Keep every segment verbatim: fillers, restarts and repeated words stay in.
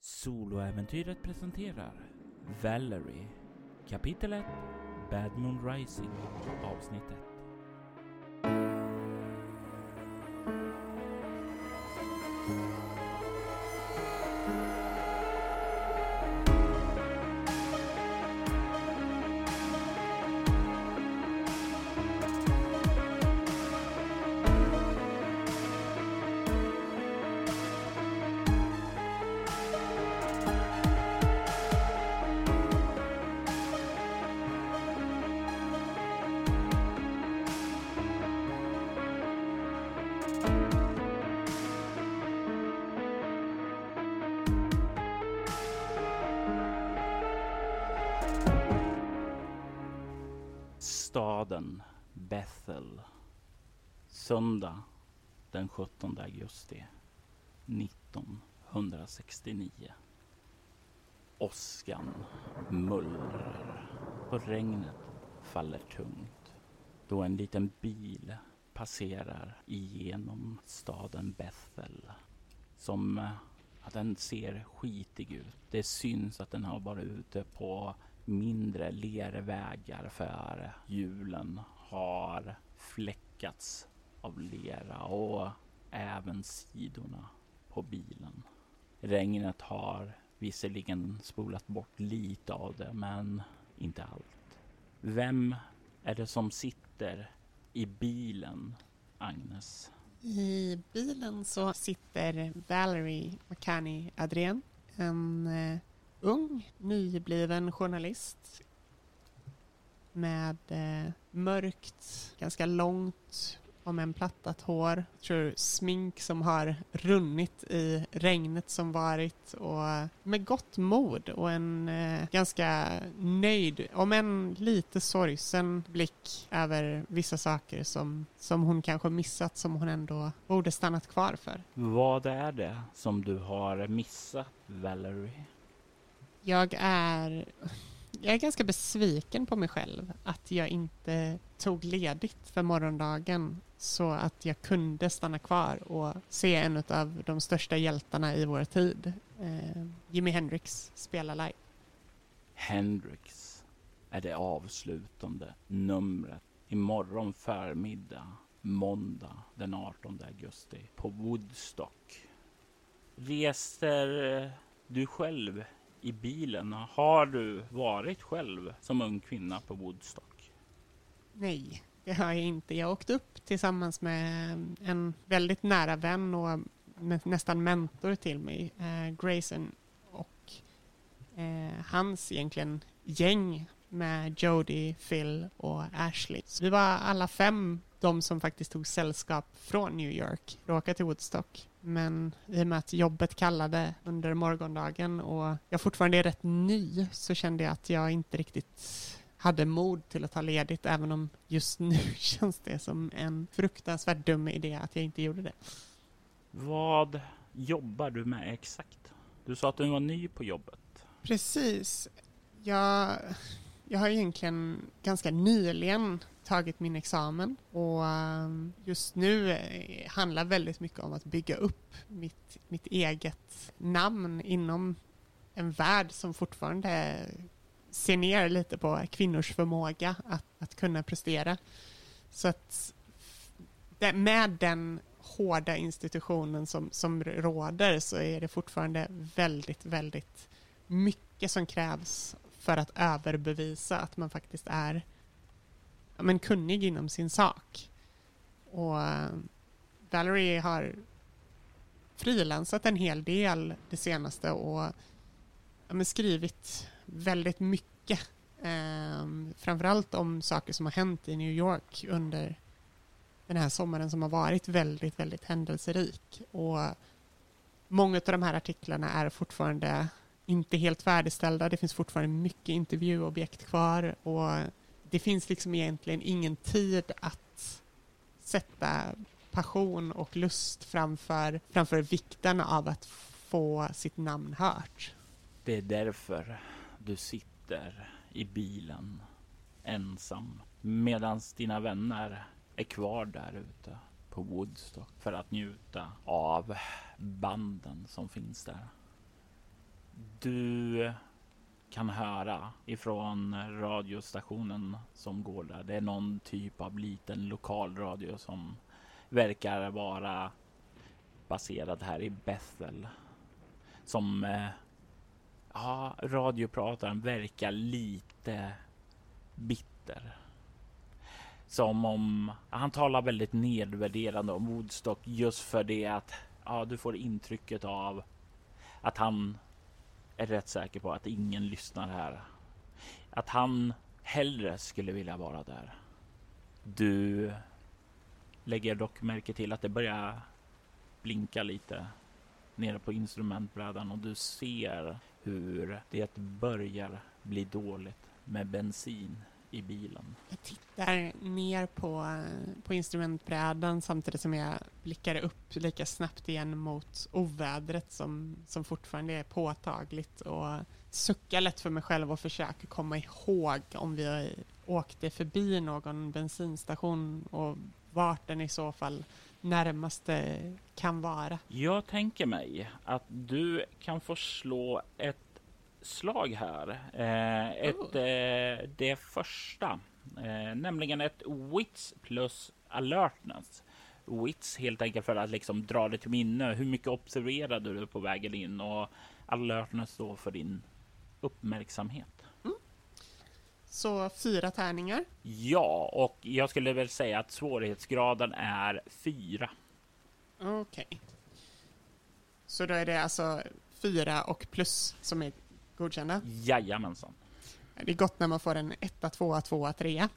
Soloäventyret presenterar Valerie, kapitel ett, Bad Moon Rising, avsnitt ett. Staden Bethel. Söndag den sjuttonde augusti nittonhundrasextionio. Åskan mullrar och regnet faller tungt då en liten bil passerar igenom staden Bethel. Som att den ser skitig ut. Det syns att den har varit ute på mindre lervägar för hjulen har fläckats av lera och även sidorna på bilen. Regnet har visserligen spolat bort lite av det, men inte allt. Vem är det som sitter i bilen, Agnes? I bilen så sitter Valerie McCanny Adrien, en eh, ung, nybliven journalist med eh, mörkt, ganska långt om en plattat hår. Jag tror smink som har runnit i regnet som varit, och med gott mod och en eh, ganska nöjd, om en lite sorgsen blick över vissa saker som, som hon kanske missat, som hon ändå borde stannat kvar för. Vad är det som du har missat, Valerie? Jag är, jag är ganska besviken på mig själv att jag inte tog ledigt för morgondagen så att jag kunde stanna kvar och se en av de största hjältarna i vår tid, eh, Jimi Hendrix, spela live. Hendrix är det avslutande numret imorgon förmiddag, måndag den artonde augusti på Woodstock. Reser du själv i bilen? Har du varit själv som ung kvinna på Woodstock? Nej, det har jag inte. Jag åkte upp tillsammans med en väldigt nära vän och nästan mentor till mig, eh, Grayson, och eh, hans egentligen gäng med Jody, Phil och Ashley. Så vi var alla fem de som faktiskt tog sällskap från New York och åka till Woodstock. Men i och med att jobbet kallade under morgondagen och jag fortfarande är rätt ny, så kände jag att jag inte riktigt hade mod till att ta ledigt, även om just nu känns det som en fruktansvärt dum idé att jag inte gjorde det. Vad jobbar du med exakt? Du sa att du var ny på jobbet. Precis. Jag, jag har egentligen ganska nyligen tagit min examen, och just nu handlar väldigt mycket om att bygga upp mitt, mitt eget namn inom en värld som fortfarande ser ner lite på kvinnors förmåga att, att kunna prestera. Så att det, med den hårda institutionen som, som råder, så är det fortfarande väldigt, väldigt mycket som krävs för att överbevisa att man faktiskt är, ja, men kunnig inom sin sak. Och uh, Valerie har frilansat en hel del det senaste och ja, men skrivit väldigt mycket. Um, framförallt om saker som har hänt i New York under den här sommaren, som har varit väldigt, väldigt händelserik. Och många av de här artiklarna är fortfarande inte helt färdigställda. Det finns fortfarande mycket intervjuobjekt kvar, och det finns liksom egentligen ingen tid att sätta passion och lust framför, framför vikten av att få sitt namn hört. Det är därför du sitter i bilen ensam medan dina vänner är kvar där ute på Woodstock för att njuta av banden som finns där. Du kan höra ifrån radiostationen som går där. Det är någon typ av liten lokalradio som verkar vara baserad här i Bethel. Som eh, ja, radioprataren verkar lite bitter. Som om han talar väldigt nedvärderande om Woodstock just för det att ja, du får intrycket av att han är rätt säker på att ingen lyssnar här. Att han hellre skulle vilja vara där. Du lägger dock märke till att det börjar blinka lite nere på instrumentbrädan och du ser hur det börjar bli dåligt med bensin i bilen. Jag tittar ner på, på instrumentbrädan samtidigt som jag blickar upp lika snabbt igen mot ovädret som, som fortfarande är påtagligt och suckar lätt för mig själv och försöker komma ihåg om vi åkte förbi någon bensinstation och vart den i så fall närmaste kan vara. Jag tänker mig att du kan få slå ett slag här. Eh, ett, Oh. eh, det första. Eh, nämligen ett wits plus alertness. Wits helt enkelt för att liksom dra det till minne. Hur mycket observerade du på vägen in? Och alertness då för din uppmärksamhet. Mm. Så fyra tärningar. Ja, och jag skulle väl säga att svårighetsgraden är fyra. Okej. Okay. Så då är det alltså fyra och plus som är godkända? Jajamensan. Det är gott när man får en etta, tvåa, tvåa, trea.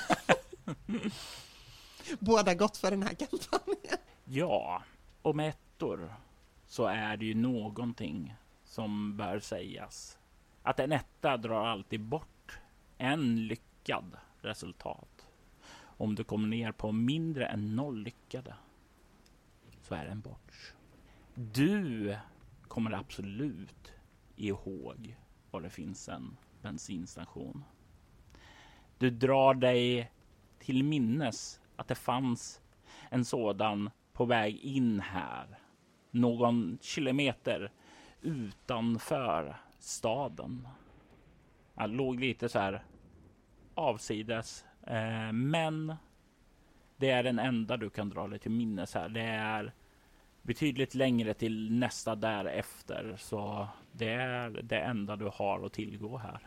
Båda gott för den här kampanjen. Ja, och med ettor så är det ju någonting som bör sägas. Att en etta drar alltid bort en lyckad resultat. Om du kommer ner på mindre än noll lyckade så är den bort. Du kommer absolut ihåg var det finns en bensinstation. Du drar dig till minnes att det fanns en sådan på väg in här. Någon kilometer utanför staden. Jag låg lite så här avsides. Eh, men det är den enda du kan dra dig till minnes här. Det är betydligt längre till nästa därefter. Så det är det enda du har att tillgå här.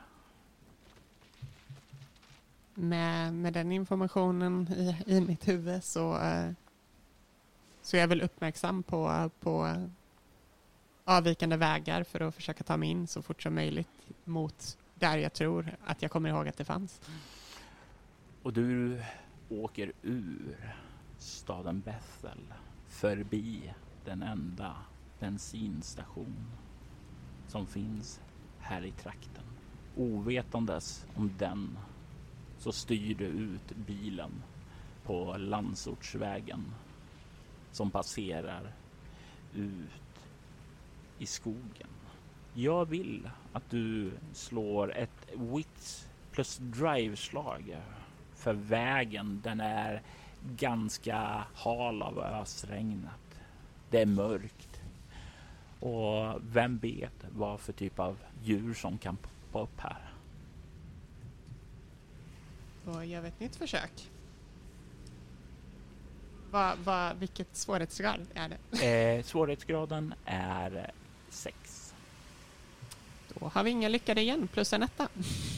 Med, med den informationen i, i mitt huvud så, uh, så är jag väl uppmärksam på, på avvikande vägar för att försöka ta mig in så fort som möjligt mot där jag tror att jag kommer ihåg att det fanns. Och du åker ur staden Bethel förbi den enda bensinstation som finns här i trakten. Ovetandes om den så styr du ut bilen på landsortsvägen som passerar ut i skogen. Jag vill att du slår ett wits plus drive-slag för vägen. Den är ganska hal av ösregnet. Det är mörkt. Och vem vet vad för typ av djur som kan poppa upp här. Då gör vi ett nytt försök. Va, va, vilket svårighetsgrad är det? Eh, svårighetsgraden är sex. Då har vi inga lyckade igen, plus en etta.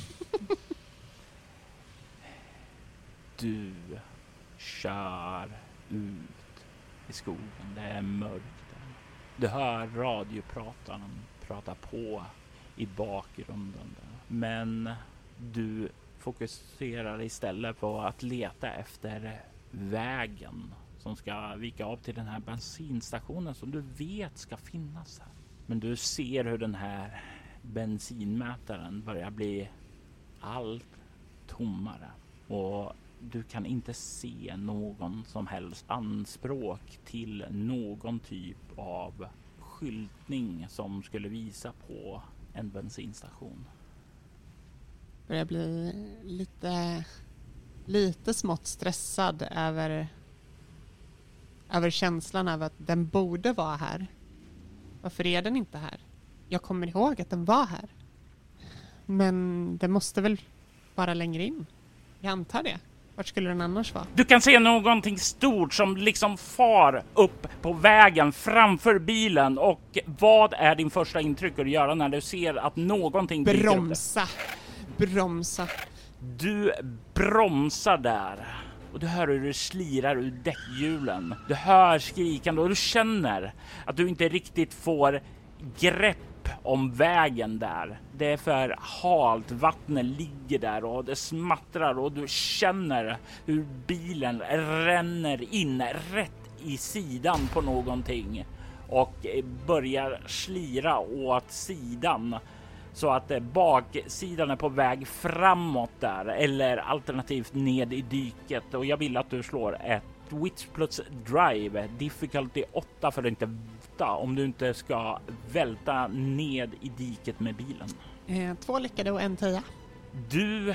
Du kör ut i skogen. Det är mörkt. Du hör radioprataren prata på i bakgrunden. Men du fokuserar istället på att leta efter vägen som ska vika av till den här bensinstationen som du vet ska finnas här. Men du ser hur den här bensinmätaren börjar bli allt tommare och du kan inte se någon som helst anspråk till någon typ av skyltning som skulle visa på en bensinstation. Börjar bli lite, lite smått stressad över, över känslan av att den borde vara här. Varför är den inte här? jag kommer ihåg att den var här. Men det måste väl vara längre in. Jag antar det. Vart skulle den annars vara? Du kan se någonting stort som liksom far upp på vägen framför bilen. Och vad är din första intryck att göra när du ser att någonting... Bromsa. Bromsa. Du bromsar där. Och du hör hur det slirar ur däckhjulen. Du hör skrikande och du känner att du inte riktigt får grepp om vägen där. Det är för halt, vattnet ligger där och det smattrar och du känner hur bilen ränner in rätt i sidan på någonting och börjar slira åt sidan så att baksidan är på väg framåt där eller alternativt ned i diket. Och jag vill att du slår ett Wits plus Drive, difficulty åtta för att inte välta, om du inte ska välta ned i diket med bilen. Eh, två lyckade och en tia. Du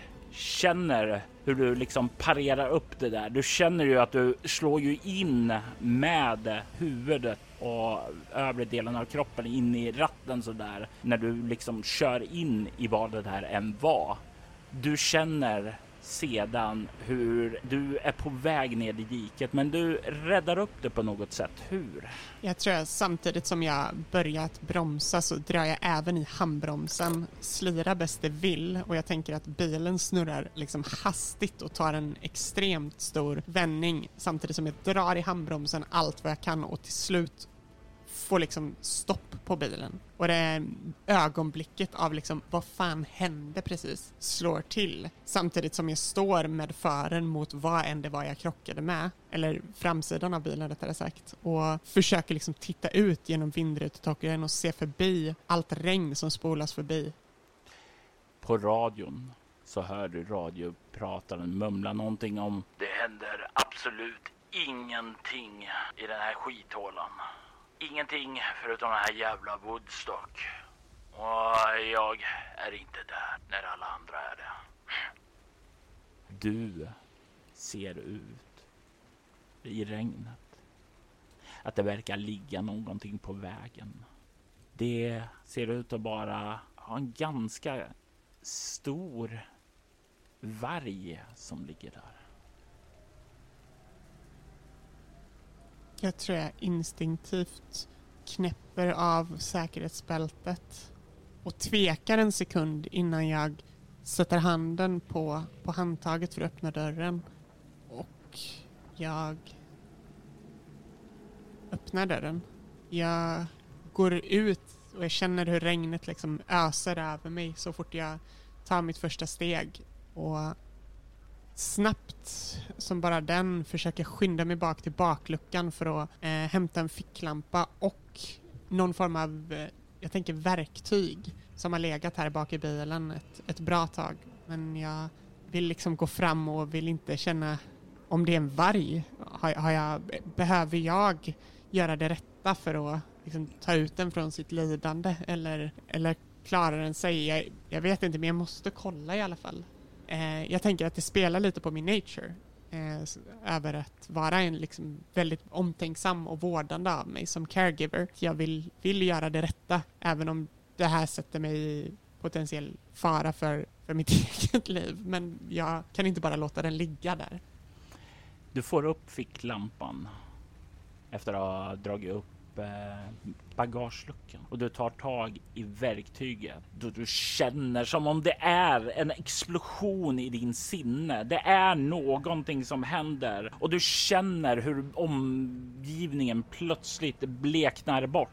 känner hur du liksom parerar upp det där. Du känner ju att du slår ju in med huvudet och övre delen av kroppen in i ratten så där när du liksom kör in i vad det här än var. Du känner sedan hur du är på väg ned i diket, men du räddar upp det på något sätt. Hur? Jag tror att samtidigt som jag börjat bromsa så drar jag även i handbromsen, slirar bäst det vill, och jag tänker att bilen snurrar liksom hastigt och tar en extremt stor vändning samtidigt som jag drar i handbromsen allt vad jag kan och till slut får liksom stopp på bilen. Och det är ögonblicket av liksom, vad fan hände precis, slår till. Samtidigt som jag står med fören mot vad än det var jag krockade med. Eller framsidan av bilen rättare sagt. Och försöker liksom titta ut genom vindrutetorkaren och se förbi allt regn som spolas förbi. På radion så hör du radioprataren mumla någonting om det händer absolut ingenting i den här skithålan. Ingenting förutom den här jävla Woodstock. Och jag är inte där när alla andra är det. Du ser ut i regnet att det verkar ligga någonting på vägen. Det ser ut att bara ha en ganska stor varg som ligger där. Jag tror jag instinktivt knäpper av säkerhetsbältet och tvekar en sekund innan jag sätter handen på, på handtaget för att öppna dörren. Och jag öppnar dörren. Jag går ut och jag känner hur regnet liksom öser över mig så fort jag tar mitt första steg. Och snabbt som bara den försöker skynda mig bak till bakluckan för att eh, hämta en ficklampa och någon form av, eh, jag tänker verktyg som har legat här bak i bilen ett, ett bra tag. Men jag vill liksom gå fram och vill inte känna om det är en varg. Har, har jag, behöver jag göra det rätta för att liksom, ta ut den från sitt lidande eller, eller klarar den sig? Jag, jag vet inte, men jag måste kolla i alla fall. Eh, jag tänker att det spelar lite på min nature eh, över att vara en liksom väldigt omtänksam och vårdande av mig som caregiver. Jag vill, vill göra det rätta även om det här sätter mig i potentiell fara för, för mitt eget liv. Men jag kan inte bara låta den ligga där. Du får upp ficklampan efter att ha dragit upp bagageluckan och du tar tag i verktyget då du känner som om det är en explosion i din sinne. Det är någonting som händer och du känner hur omgivningen plötsligt bleknar bort.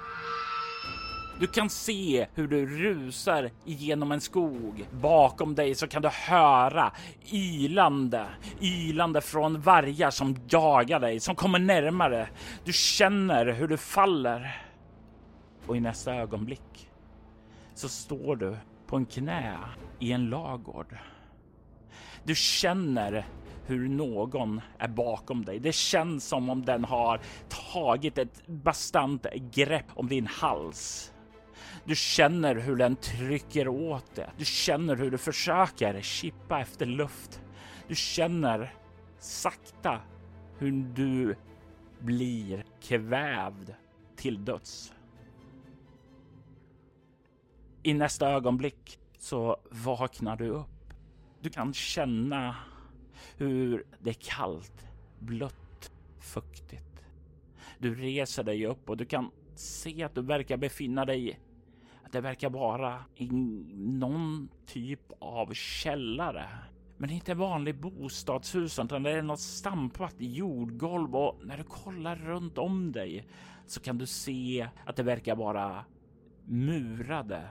Du kan se hur du rusar igenom en skog. Bakom dig så kan du höra ylande, ylande från vargar som jagar dig, som kommer närmare. Du känner hur du faller. Och i nästa ögonblick så står du på en knä i en lagård. Du känner hur någon är bakom dig. Det känns som om den har tagit ett bastant grepp om din hals. Du känner hur den trycker åt det. Du känner hur du försöker chippa efter luft. Du känner sakta hur du blir kvävd till döds. i nästa ögonblick så vaknar du upp. Du kan känna hur det är kallt, blött, fuktigt. Du reser dig upp och du kan se att du verkar befinna dig, att det verkar vara i någon typ av källare. Men det är inte vanlig bostadshus utan det är något stampat jordgolv, och när du kollar runt om dig så kan du se att det verkar vara murade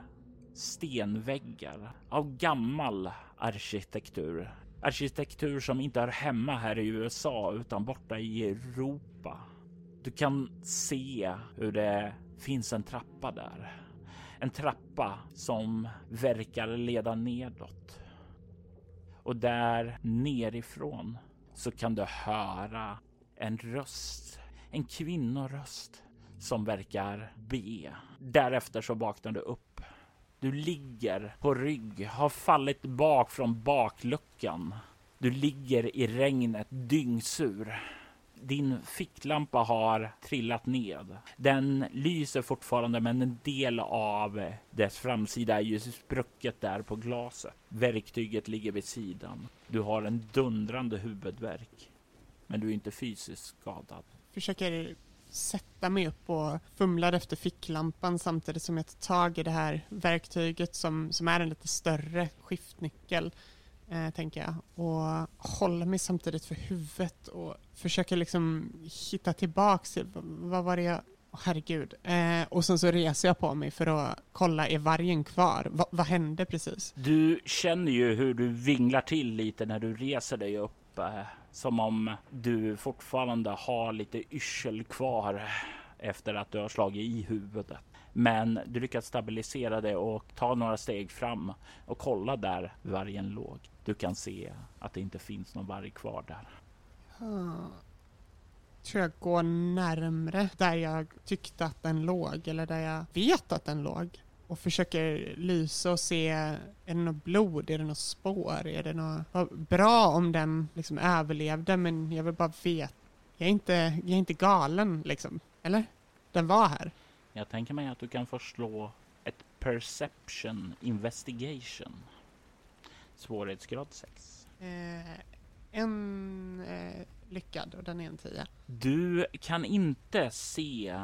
stenväggar av gammal arkitektur. Arkitektur som inte hör hemma här i U S A utan borta i Europa. Du kan se hur det finns en trappa där. En trappa som verkar leda nedåt. Och där nerifrån så kan du höra en röst, en kvinnoröst som verkar be. Därefter så vaknar du upp. Du ligger på rygg, har fallit bak från bakluckan. Du ligger i regnet dyngsur. Din ficklampa har trillat ned. Den lyser fortfarande, men en del av dess framsida är ju sprucket där på glaset. Verktyget ligger vid sidan. Du har en dundrande huvudvärk, men du är inte fysiskt skadad. Försöker sätta mig upp och fumlar efter ficklampan samtidigt som jag tar tag i det här verktyget som, som är en lite större skiftnyckel. Eh, tänker jag, och håller mig samtidigt för huvudet och försöker liksom hitta tillbaks till vad var det jag, oh, herregud, eh, och sen så reser jag på mig för att kolla, är vargen kvar? Va, vad hände precis? Du känner ju hur du vinglar till lite när du reser dig upp, eh, som om du fortfarande har lite yrsel kvar efter att du har slagit i huvudet. Men du lyckas stabilisera det och ta några steg fram och kolla där vargen låg. Du kan se att det inte finns någon varg kvar där. Hmm. Tror jag går närmre där jag tyckte att den låg, eller där jag vet att den låg, och försöker lysa och se, är det något blod, är det något spår, är det något bra om den liksom överlevde, men jag vill bara veta. Jag är inte, jag är inte galen liksom, eller? Den var här. Jag tänker mig att du kan förslå ett perception investigation. Svårighetsgrad sex. Eh, en eh, lyckad, och den är en tio. Du kan inte se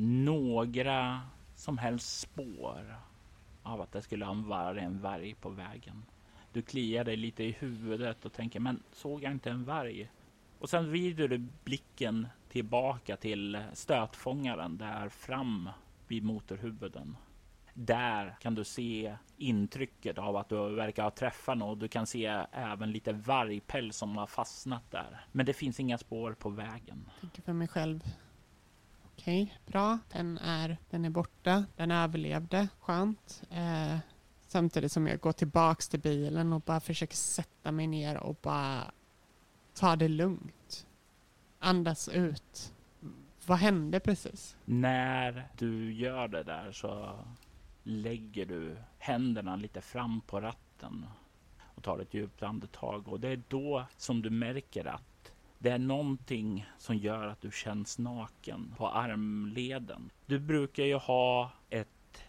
några som helst spår av att det skulle vara en varg på vägen. Du kliar dig lite i huvudet och tänker, men såg jag inte en varg? Och sen vrider du blicken tillbaka till stötfångaren där fram vid motorhuvuden. Där kan du se intrycket av att du verkar ha träffat något. Du kan se även lite vargpäls som har fastnat där. Men det finns inga spår på vägen. Jag tänker för mig själv. Okej, okay, bra. Den är, den är borta. Den överlevde. Skönt. Eh, samtidigt som jag går tillbaks till bilen och bara försöker sätta mig ner och bara ta det lugnt. Andas ut. Vad hände precis? När du gör det där så lägger du händerna lite fram på ratten och tar ett djupt andetag. Och det är då som du märker att det är någonting som gör att du känns naken på armleden. Du brukar ju ha ett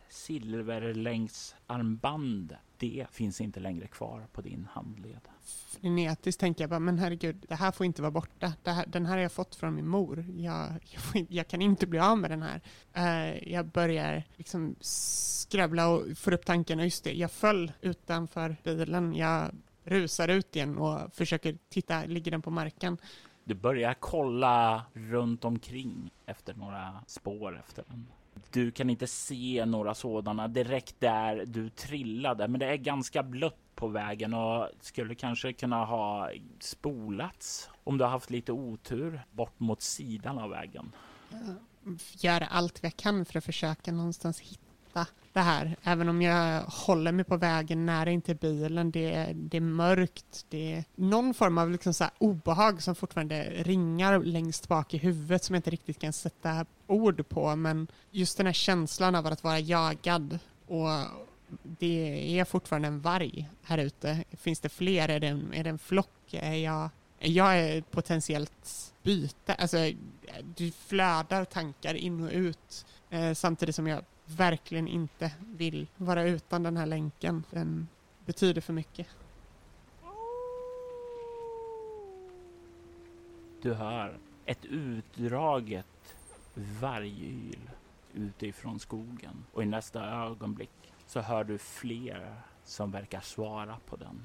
silverlängsarmband. Det finns inte längre kvar på din handled. Frenetiskt tänker jag bara, men herregud, det här får inte vara borta. Det här, den här har jag fått från min mor. Jag, jag, får, jag kan inte bli av med den här. Uh, jag börjar liksom skrävla och får upp tanken. Och just det, jag föll utanför bilen. Jag rusar ut igen och försöker titta, ligger den på marken? Du börjar kolla runt omkring efter några spår efter den. Du kan inte se några sådana direkt där du trillade, men det är ganska blött på vägen och skulle kanske kunna ha spolats om du har haft lite otur bort mot sidan av vägen. Göra allt jag kan för att försöka någonstans hitta det här. Även om jag håller mig på vägen nära in till bilen. Det är, det är mörkt. Det är någon form av liksom så här obehag som fortfarande ringar längst bak i huvudet som jag inte riktigt kan sätta ord på. Men just den här känslan av att vara jagad, och det är fortfarande en varg här ute. Finns det fler? Är det en, är det en flock? Är jag, jag är ett potentiellt byte. Alltså, du flödar tankar in och ut Eh, samtidigt som jag verkligen inte vill vara utan den här länken. Den betyder för mycket. Du hör ett utdraget vargyl utifrån skogen. Och i nästa ögonblick så hör du fler som verkar svara på den.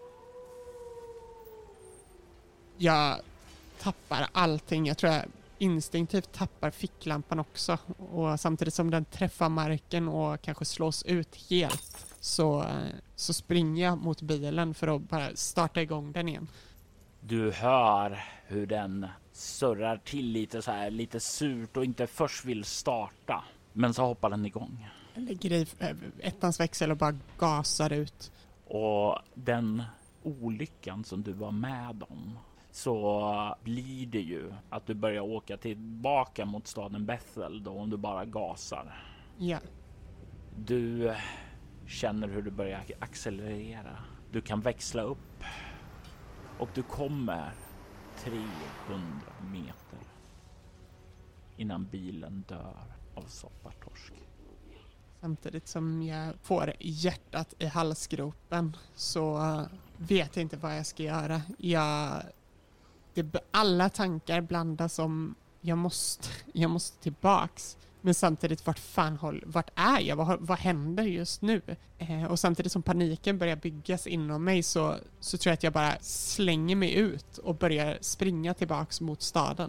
Jag tappar allting. Jag tror jag instinktivt tappar ficklampan också. Och samtidigt som den träffar marken och kanske slås ut helt så, så springer jag mot bilen för att bara starta igång den igen. Du hör hur den surrar till lite så här, lite surt och inte först vill starta. Men så hoppar den igång. Jag lägger i ettans växel och bara gasar ut. Och den olyckan som du var med om, så blir det ju att du börjar åka tillbaka mot staden Bethel då, om du bara gasar. Ja. Du känner hur du börjar accelerera. Du kan växla upp. Och du kommer trehundra meter innan bilen dör av soppatorsk. Samtidigt som jag får hjärtat i halsgropen så vet jag inte vad jag ska göra. Jag, det, alla tankar blandas om jag måste, jag måste tillbaks. Men samtidigt, vart fan håll, vart är jag? Vad, vad händer just nu? Eh, och samtidigt som paniken börjar byggas inom mig så, så tror jag att jag bara slänger mig ut och börjar springa tillbaks mot staden.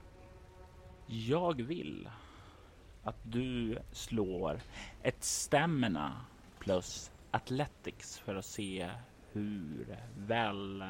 Jag vill att du slår ett stamina plus athletics för att se hur väl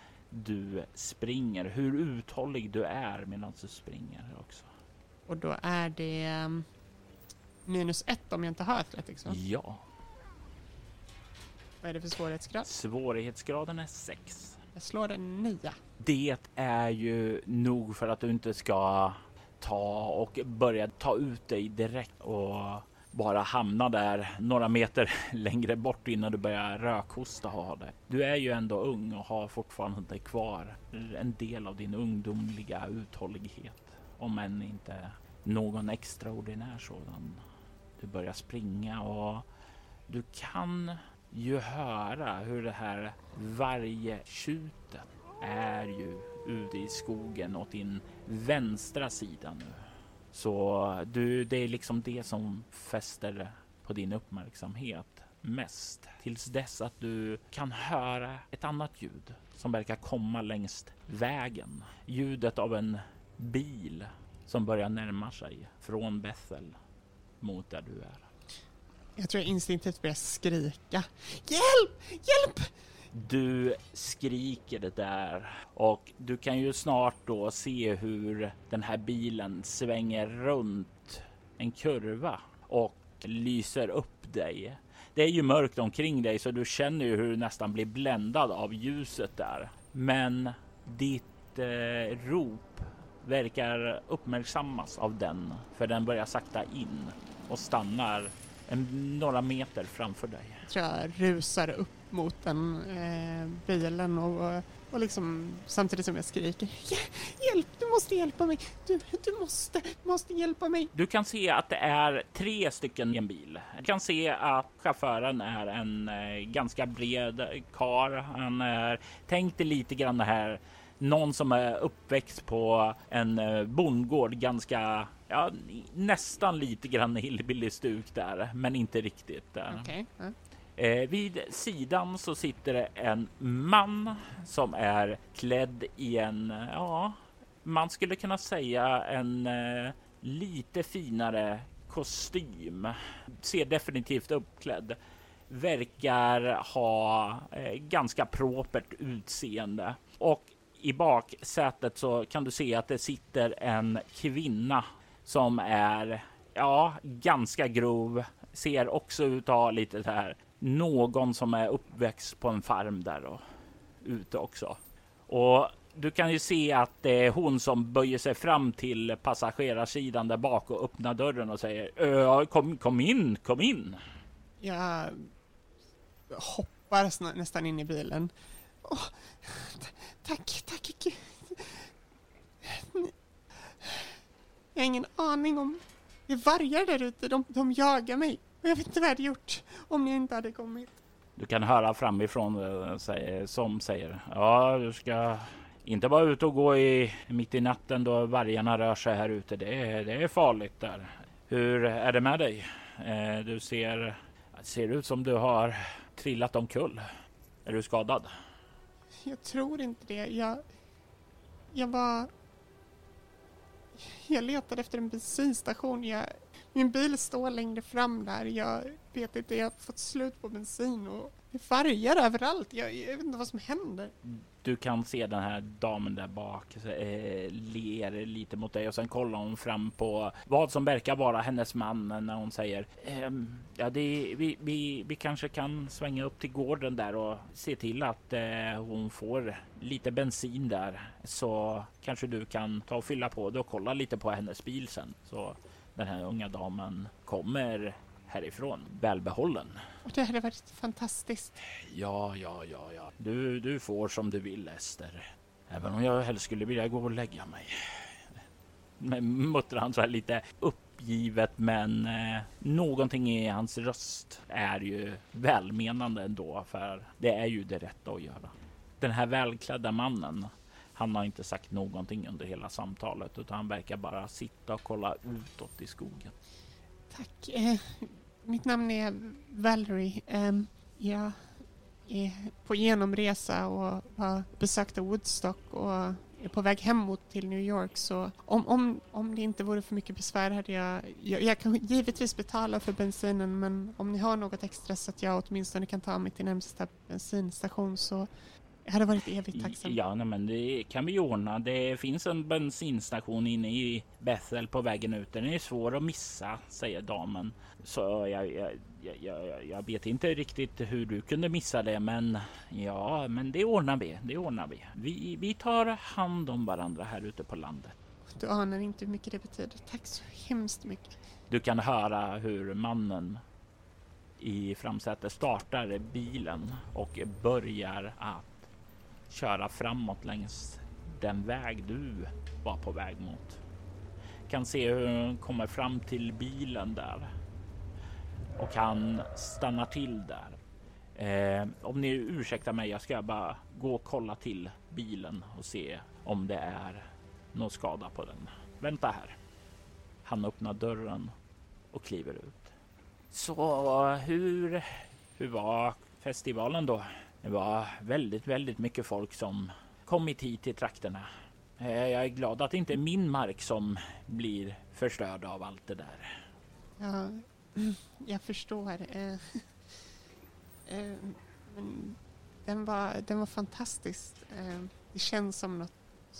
du springer, hur uthållig du är medan du springer också. Och då är det um, minus ett om jag inte har athletics, va? Ja. Vad är det för svårighetsgrad? Svårighetsgraden är sex. Jag slår en nia. Det är ju nog för att du inte ska ta och börja ta ut dig direkt och bara hamna där några meter längre bort innan du börjar rökhosta ha det. Du är ju ändå ung och har fortfarande kvar en del av din ungdomliga uthållighet. Om än inte någon extraordinär sådan. Du börjar springa och du kan ju höra hur det här varje tjutet är ju ute i skogen åt din vänstra sida nu. Så du, det är liksom det som fäster på din uppmärksamhet mest. Tills dess att du kan höra ett annat ljud som verkar komma längs vägen. Ljudet av en bil som börjar närma sig från Bethel mot där du är. Jag tror jag instinktivt börjar skrika. Hjälp! Hjälp! Du skriker det där och du kan ju snart då se hur den här bilen svänger runt en kurva och lyser upp dig. Det är ju mörkt omkring dig så du känner ju hur du nästan blir bländad av ljuset där. Men ditt eh, rop verkar uppmärksammas av den, för den börjar sakta in och stannar en, några meter framför dig. Jag tror jag rusar upp mot den eh, bilen och, och liksom samtidigt som jag skriker hjälp, du måste hjälpa mig, du, du måste, måste hjälpa mig. Du kan se att det är tre stycken i en bil. Du kan se att chauffören är en eh, ganska bred kar. Han är tänkt lite grann det här, någon som är uppväxt på en eh, bondgård, ganska, ja, nästan lite grann hillbilly-stuk där, men inte riktigt där. Okay. Ja. Eh, vid sidan så sitter det en man som är klädd i en, ja, man skulle kunna säga en eh, lite finare kostym. Ser definitivt uppklädd. Verkar ha eh, ganska propert utseende. Och i baksätet så kan du se att det sitter en kvinna som är, ja, ganska grov. Ser också ut att ha lite det här, någon som är uppväxt på en farm där och ute också. Och du kan ju se att det är hon som böjer sig fram till passagerarsidan där bak och öppnar dörren och säger kom, kom in, kom in. Jag hoppar sn- nästan in i bilen. Åh, t- tack, tack Gud. Jag har ingen aning om Det är vargar där ute, de, de jagar mig. Och jag vet inte vad jag hade gjort om ni inte hade kommit. Du kan höra framifrån som säger, ja, du ska inte bara ut och gå i, mitt i natten då vargarna rör sig här ute. Det är, det är farligt där. Hur är det med dig? Eh, du ser, ser ut som du har trillat omkull. Är du skadad? Jag tror inte det. Jag, jag var... Jag letade efter en bensinstation. Jag, min bil står längre fram där. Jag vet inte, jag har fått slut på bensin och det färgar överallt. Jag, jag vet inte vad som händer. Du kan se den här damen där bak eh, ler lite mot dig och sen kollar hon fram på vad som verkar vara hennes man när hon säger ehm, ja, det, vi, vi, vi kanske kan svänga upp till gården där och se till att eh, hon får lite bensin där, så kanske du kan ta och fylla på det och kolla lite på hennes bil sen. Så den här unga damen kommer härifrån välbehållen. Och det hade varit fantastiskt. Ja, ja, ja, ja. Du, du får som du vill, Ester. Även om jag helst skulle vilja gå och lägga mig. Men muttrar han så här lite uppgivet, men eh, någonting i hans röst är ju välmenande ändå, för det är ju det rätta att göra. Den här välklädda mannen, han har inte sagt någonting under hela samtalet, utan han verkar bara sitta och kolla utåt i skogen. Tack. Eh, mitt namn är Valerie. Eh, jag är på genomresa och har besökt Woodstock och är på väg hemåt till New York. Så om, om, om det inte vore för mycket besvär hade jag, jag... Jag kan givetvis betala för bensinen, men om ni har något extra så att jag åtminstone kan ta mig till närmsta bensinstation, så jag hade varit evigt tacksam. Ja, nej, men det kan vi ordna. Det finns en bensinstation inne i Bethel på vägen ut. Den är svår att missa, säger damen. Så jag, jag, jag, jag, jag vet inte riktigt hur du kunde missa det, men ja, men det ordnar vi. Det ordnar vi. Vi, vi tar hand om varandra här ute på landet. Du anar inte hur mycket det betyder. Tack så hemskt mycket. Du kan höra hur mannen i framsätet startar bilen och börjar att köra framåt längs den väg du var på väg mot. Kan se hur han kommer fram till bilen där. Och han stannar till där. Eh, om ni ursäktar mig, jag ska bara gå och kolla till bilen och se om det är någon skada på den. Vänta här. Han öppnar dörren och kliver ut. Så hur, hur var festivalen då? Det var väldigt, väldigt mycket folk som kommit hit till trakterna. Jag är glad att det inte är min mark som blir förstörd av allt det där. Ja, jag förstår. Eh, eh, men den var, den var fantastisk. Eh, det känns som något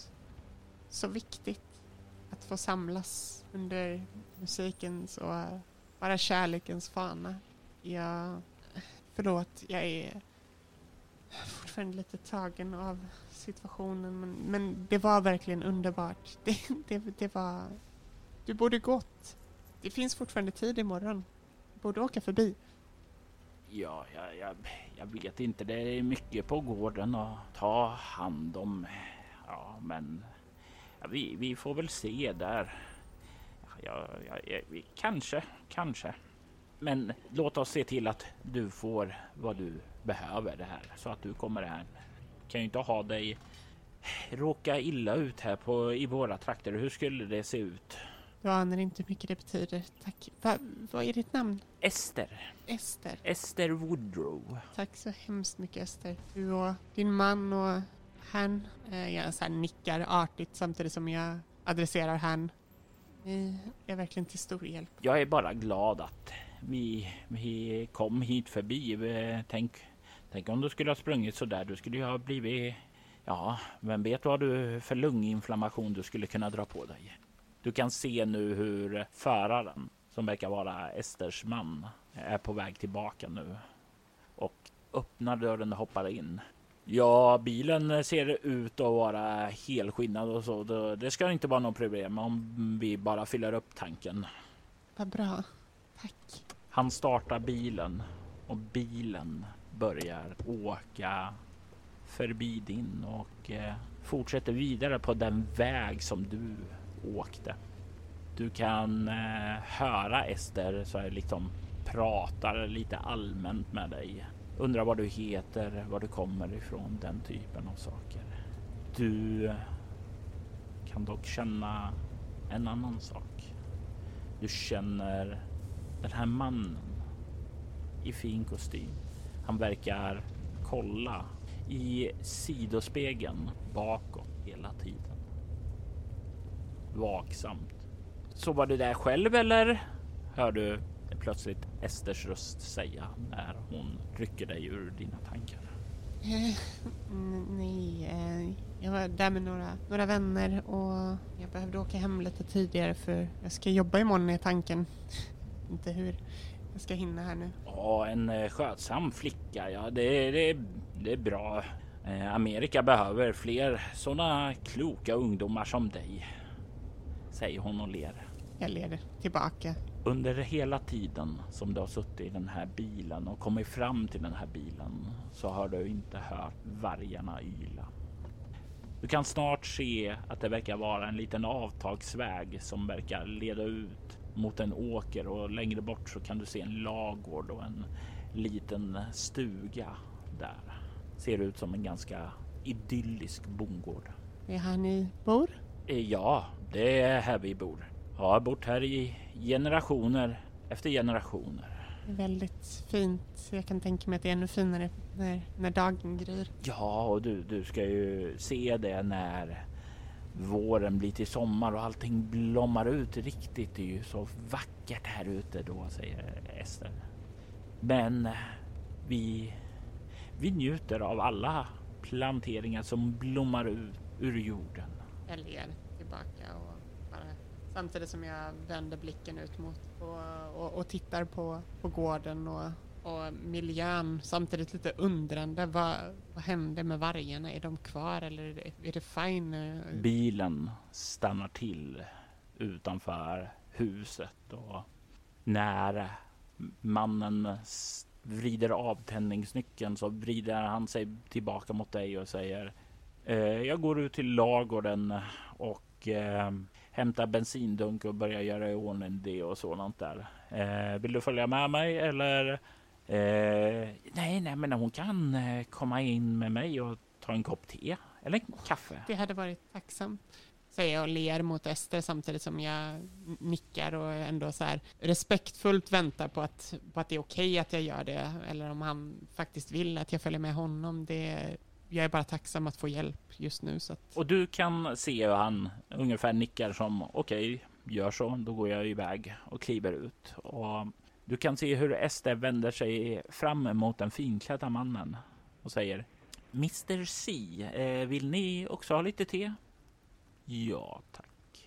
så viktigt att få samlas under musikens och bara kärlekens fana. Jag, förlåt, jag är fortfarande lite tagen av situationen, men, men det var verkligen underbart. Det, det, det var... Du borde gått. Det finns fortfarande tid imorgon. Du borde åka förbi. Ja, jag, jag, jag vet inte. Det är mycket på gården att ta hand om. Ja, men ja, vi, vi får väl se där. Ja, ja, ja, vi, kanske, kanske. Men låt oss se till att du får vad du behöver det här, så att du kommer här. Kan ju inte ha dig råka illa ut här på, i våra trakter. Hur skulle det se ut? Du anar inte hur mycket det betyder. Tack. Va, vad är ditt namn? Ester. Ester. Ester Woodrow. Tack så hemskt mycket, Ester. Du och din man och han. Eh, jag så här nickar artigt samtidigt som jag adresserar han. Ni är verkligen till stor hjälp. Jag är bara glad att vi, vi kom hit förbi. Tänk, tänk om du skulle ha sprungit så där. Du skulle ju ha blivit... Ja, vem vet vad du för lunginflammation du skulle kunna dra på dig. Du kan se nu hur föraren, som verkar vara Esters man, är på väg tillbaka nu. Och öppnar dörren och hoppar in. Ja, bilen ser ut att vara helskinnad och så. Det ska inte vara något problem om vi bara fyller upp tanken. Vad bra. Tack. Han startar bilen och bilen börjar åka förbi din och eh, fortsätter vidare på den väg som du åkte. Du kan eh, höra Ester så här liksom pratar lite allmänt med dig. Undrar vad du heter, var du kommer ifrån, den typen av saker. Du kan dock känna en annan sak. Du känner den här mannen i fin kostym. Han verkar kolla i sidospegeln bakåt hela tiden. Vaksamt. Så var du där själv eller? Hör du plötsligt Esters röst säga när hon rycker dig ur dina tankar. Eh, nej, eh, jag var där med några, några vänner och jag behövde åka hem lite tidigare för jag ska jobba imorgon är tanken. Inte hur jag ska hinna här nu. Ja, en eh, skötsam flicka. Ja, det, det, det är bra. Eh, Amerika behöver fler sådana kloka ungdomar som dig, säger hon och ler. Jag leder tillbaka. Under hela tiden som du har suttit i den här bilen och kommit fram till den här bilen så har du inte hört vargarna yla. Du kan snart se att det verkar vara en liten avtagsväg som verkar leda ut mot en åker och längre bort så kan du se en lagård och en liten stuga där. Ser ut som en ganska idyllisk bondgård. Är här ni bor? Ja, det är här vi bor. Jag har bott här i generationer efter generationer. Det är väldigt fint. Jag kan tänka mig att det är ännu finare när, när dagen gryr. Ja, och du, du ska ju se det när våren blir till sommar och allting blommar ut riktigt. Det är ju så vackert här ute då, säger Ester. Men vi, vi njuter av alla planteringar som blommar ut ur jorden. Jag ler tillbaka och bara, samtidigt som jag vänder blicken ut mot och, och, och tittar på, på gården och, och miljön, samtidigt lite undrande. Vad, vad händer med vargarna? Är de kvar eller är det, är det fine? Bilen stannar till utanför huset och när mannen vrider av tändningsnyckeln så vrider han sig tillbaka mot dig och säger eh, jag går ut till lagården och eh, hämtar bensindunk och börjar göra i ordning det och sådant där. Eh, vill du följa med mig eller? Eh, nej, nej, men hon kan eh, komma in med mig och ta en kopp te eller en kaffe. Det hade varit tacksamt, säger jag och ler mot Ester samtidigt som jag nickar och ändå så här respektfullt väntar på att, på att det är okej att jag gör det eller om han faktiskt vill att jag följer med honom. Det, jag är bara tacksam att få hjälp just nu. Så att... Och du kan se hur han ungefär nickar som okej, gör så, då går jag iväg och kliver ut. Och du kan se hur Ester vänder sig fram emot den finklädda mannen och säger mister C, eh, vill ni också ha lite te? Ja, tack.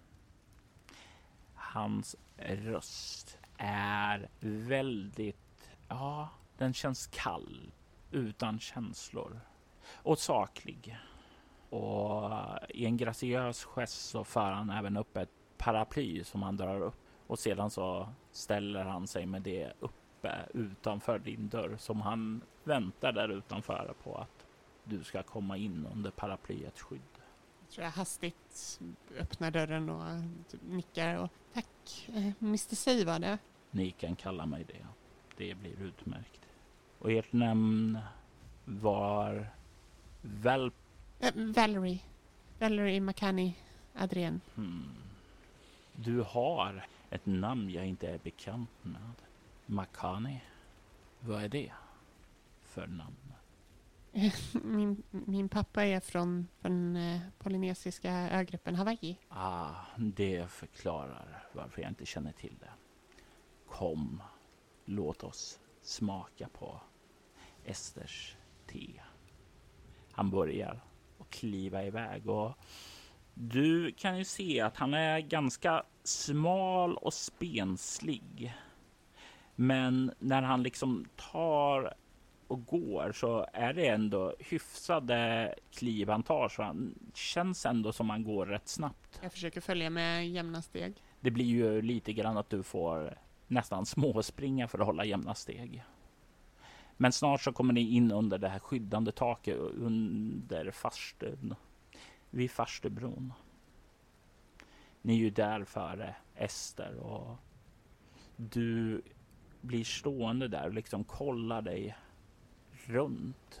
Hans röst är väldigt, ja, den känns kall, utan känslor och saklig. Och i en graciös gest så för han även upp ett paraply som han drar upp och sedan så ställer han sig med det uppe utanför din dörr som han väntar där utanför på att du ska komma in under paraplyets skydd. Jag tror jag hastigt öppnar dörren och typ nickar och tack, eh, mister C var det. Ni kan kalla mig det. Det blir utmärkt. Och ert namn var Val... Eh, Valerie. Valerie McCanny Adrien. Hmm. Du har ett namn jag inte är bekant med. McCanny. Vad är det för namn? Min, min pappa är från, från eh, polynesiska ögruppen Hawaii. Ah, det förklarar varför jag inte känner till det. Kom, låt oss smaka på Esters te. Han börjar att kliva iväg och du kan ju se att han är ganska smal och spenslig. Men när han liksom tar och går så är det ändå hyfsade kliv han tar, så han känns ändå som han går rätt snabbt. Jag försöker följa med jämna steg. Det blir ju lite grann att du får nästan småspringa för att hålla jämna steg. Men snart så kommer ni in under det här skyddande taket under farstun, vid farstubron. Ni är ju där före Ester och du blir stående där och liksom kollar dig runt.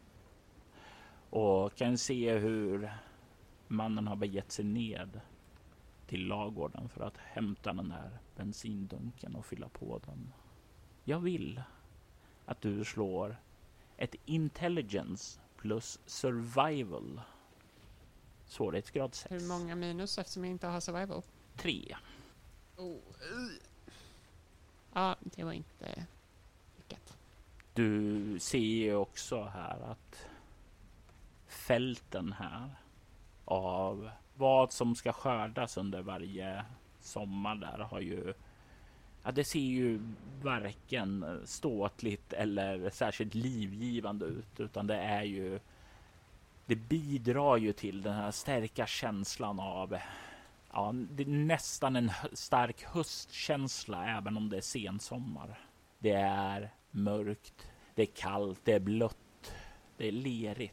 Och kan se hur mannen har begett sig ned till lagården för att hämta den här bensindunken och fylla på den. Jag vill att du slår ett intelligence plus survival. Svårighetsgrad sex. Hur många minus eftersom jag inte har survival? Tre. Oh. Ja, det var inte lyckat. Du ser ju också här att fälten här av vad som ska skördas under varje sommar där har ju, ja, det ser ju varken ståtligt eller särskilt livgivande ut, utan det är ju, det bidrar ju till den här starka känslan av, ja, det är nästan en stark höstkänsla även om det är sensommar. Det är mörkt, det är kallt, det är blött, det är lerigt.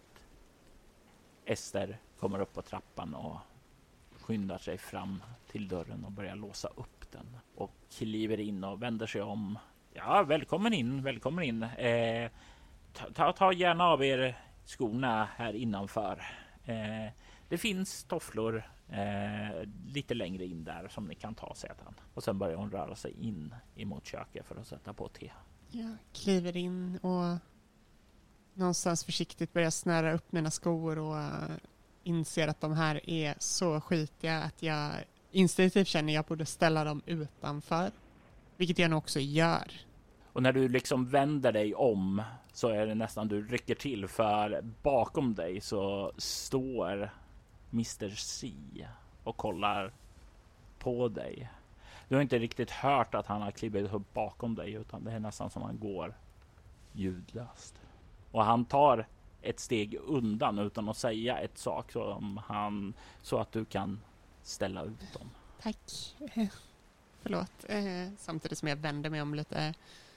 Ester kommer upp på trappan och skyndar sig fram till dörren och börjar låsa upp den. Och kliver in och vänder sig om. Ja, välkommen in, välkommen in. Eh, ta, ta, ta gärna av er skorna här innanför. Eh, det finns tofflor eh, lite längre in där som ni kan ta, säger han. Och sen börjar hon röra sig in emot köket för att sätta på te. Jag kliver in och någonstans försiktigt börjar snära upp mina skor och uh, inser att de här är så skitiga att jag instinktivt känner att jag borde ställa dem utanför. Vilket jag nog också gör. Och när du liksom vänder dig om så är det nästan du rycker till, för bakom dig så står mister C och kollar på dig. Du har inte riktigt hört att han har klivit upp bakom dig, utan det är nästan som han går ljudlöst. Och han tar ett steg undan utan att säga ett sak som han, så att du kan ställa ut dem. Tack. Eh, förlåt. Eh, samtidigt som jag vänder mig om lite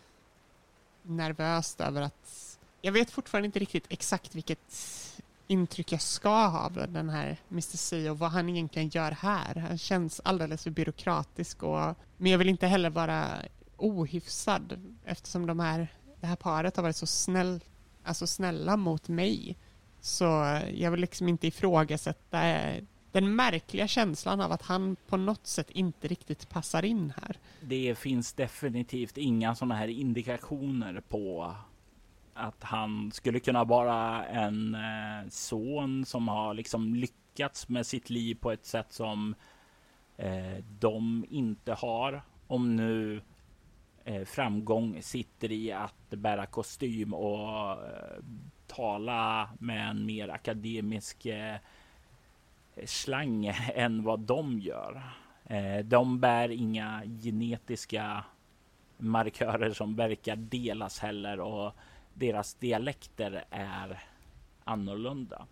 nervöst över att jag vet fortfarande inte riktigt exakt vilket intryck jag ska ha av den här mister C och vad han egentligen gör här. Han känns alldeles för byråkratisk, och, men jag vill inte heller vara ohyfsad eftersom de här, det här paret har varit så snäll, alltså snälla mot mig. Så jag vill liksom inte ifrågasätta den märkliga känslan av att han på något sätt inte riktigt passar in här. Det finns definitivt inga sådana här indikationer på att han skulle kunna vara en eh, son som har liksom lyckats med sitt liv på ett sätt som eh, de inte har. Om nu eh, framgång sitter i att bära kostym och eh, tala med en mer akademisk eh, slang än vad de gör. Eh, de bär inga genetiska markörer som verkar delas heller, och deras dialekter är annorlunda.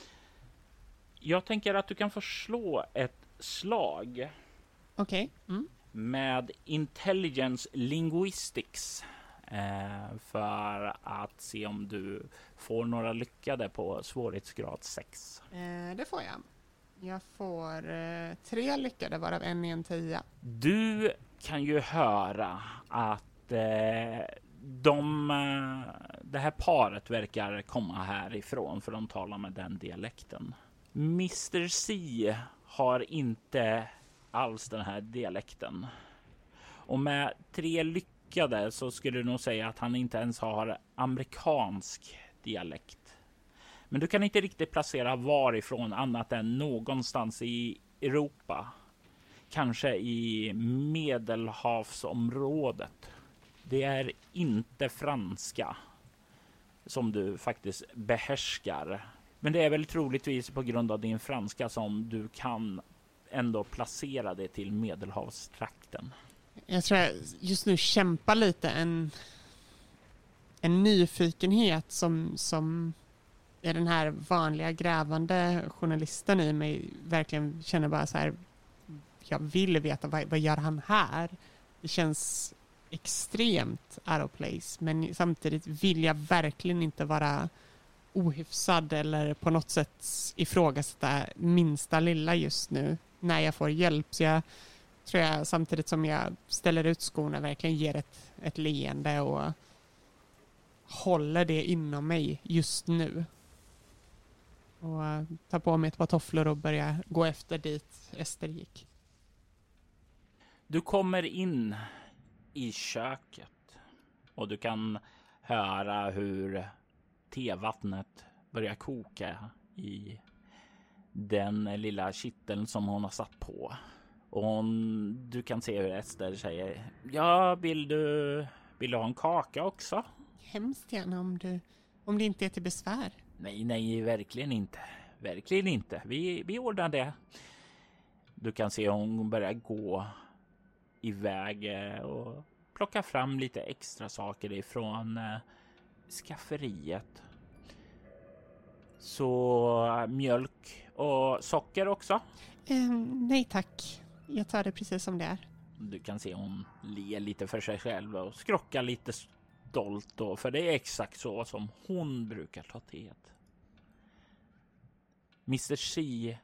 Jag tänker att du kan få slå ett slag. Okej. Okay. Mm. Med Intelligence Linguistics eh, för att se om du får några lyckade på svårighetsgrad sex. Eh, det får jag. Jag får eh, tre lyckade, varav en i en tia. Du kan ju höra att eh, de, det här paret verkar komma härifrån, för de talar med den dialekten. mister C har inte alls den här dialekten. Och med tre lyckade så skulle du nog säga att han inte ens har amerikansk dialekt. Men du kan inte riktigt placera varifrån annat än någonstans i Europa. Kanske i Medelhavsområdet. Det är inte franska som du faktiskt behärskar. Men det är väl troligtvis på grund av din franska som du kan ändå placera det till Medelhavstrakten. Jag tror jag just nu kämpar lite en, en nyfikenhet som, som är den här vanliga grävande journalisten i mig. Verkligen känner bara så här, jag vill veta vad, vad gör han här? Det känns extremt out of place, men samtidigt vill jag verkligen inte vara ohyfsad eller på något sätt ifrågasätta minsta lilla just nu. när jag får hjälp. Så jag tror jag samtidigt som jag ställer ut skorna verkligen ger ett, ett leende och håller det inom mig just nu. Och tar på mig ett par tofflor och börjar gå efter dit Ester gick. Du kommer in i köket och du kan höra hur tevattnet börjar koka i den lilla kitteln som hon har satt på. Och hon, du kan se hur Ester säger: ja, vill du, vill du ha en kaka också? Hemskt gärna om du, om det inte är till besvär. Nej, nej, verkligen inte. Verkligen inte. Vi, vi ordnar det. Du kan se hur hon börjar gå iväg och plocka fram lite extra saker ifrån eh, skafferiet. Så mjölk och socker också? Eh, nej tack. Jag tar det precis som det är. Du kan se hon ler lite för sig själv och skrockar lite stolt då, för det är exakt så som hon brukar ta teet. mister C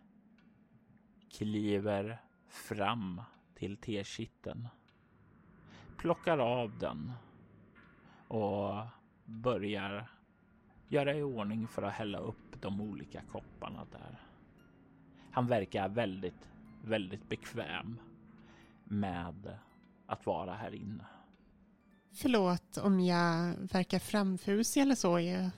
kliver fram till tekitteln, plockar av den och börjar göra i ordning för att hälla upp de olika kopparna där. Han verkar väldigt, väldigt bekväm med att vara här inne. Förlåt om jag verkar framfusig eller så. Jag...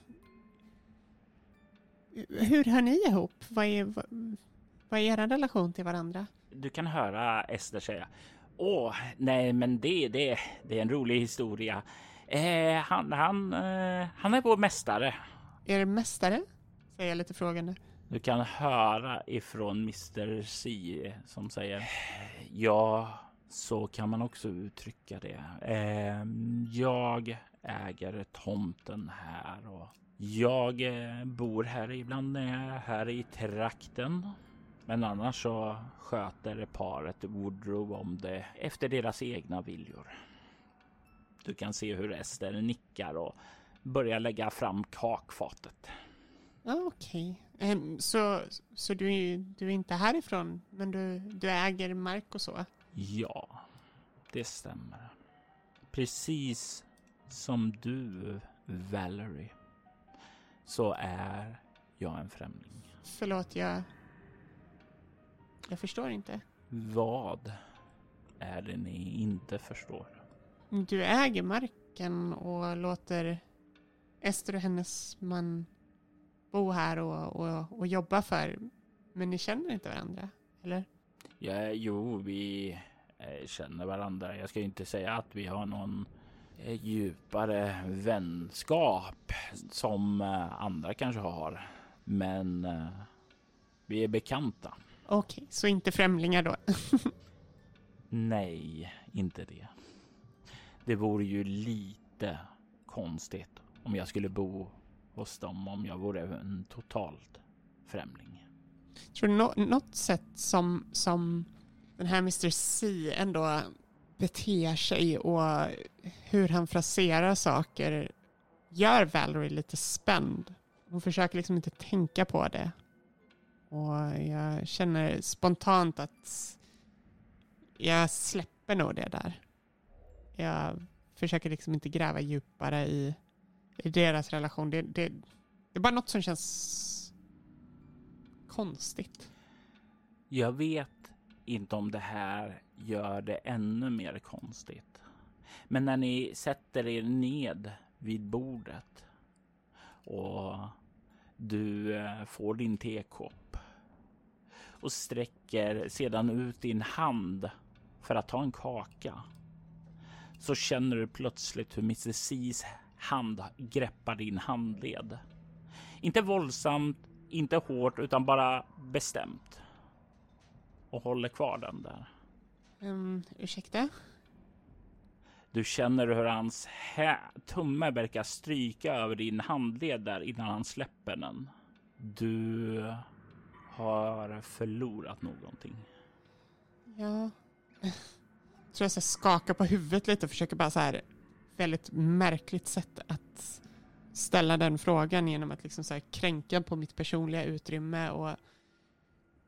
Hur hör ni ihop? Vad är, vad, vad är er relation till varandra? Du kan höra Ester säga: åh, nej men det, det, det är en rolig historia. Eh, han, han, eh, han är vår mästare. Är det mästare? Säger jag lite frågande. Du kan höra ifrån mister C som säger: ja, så kan man också uttrycka det. Eh, jag äger tomten här och jag eh, bor här ibland när jag är här i trakten. Men annars så sköter paret Woodrow om det efter deras egna viljor. Du kan se hur Ester nickar och börjar lägga fram kakfatet. Ja, okej. Okay. Um, så så du, är, du är inte härifrån, men du, du äger mark och så? Ja, det stämmer. Precis som du, Valerie, så är jag en främling. Förlåt, jag... Jag förstår inte. Vad är det ni inte förstår? Du äger marken och låter Ester och hennes man bo här och, och, och jobba för. Men ni känner inte varandra, eller? Ja, jo, vi eh, känner varandra. Jag ska inte säga att vi har någon eh, djupare vänskap som eh, andra kanske har. Men eh, vi är bekanta. Okej, så inte främlingar då? Nej, inte det. Det vore ju lite konstigt om jag skulle bo hos dem om jag vore en totalt främling. Tror du no- något sätt som, som den här mister C ändå beter sig och hur han fraserar saker gör Valerie lite spänd. Hon försöker liksom inte tänka på det. Och jag känner spontant att jag släpper nog det där. Jag försöker liksom inte gräva djupare i, i deras relation. Det, det, det är bara något som känns konstigt. Jag vet inte om det här gör det ännu mer konstigt. Men när ni sätter er ned vid bordet och du får din tekopp och sträcker sedan ut din hand för att ta en kaka, så känner du plötsligt hur mister C's hand greppar din handled. Inte våldsamt, inte hårt, utan bara bestämt. Och håller kvar den där. Um, ursäkta? Du känner hur hans hä- tumme verkar stryka över din handled där innan han släpper den. Du har förlorat någonting. Ja. Jag tror jag ska skaka på huvudet lite och försöka bara så här väldigt märkligt sätt att ställa den frågan genom att liksom så här kränka på mitt personliga utrymme och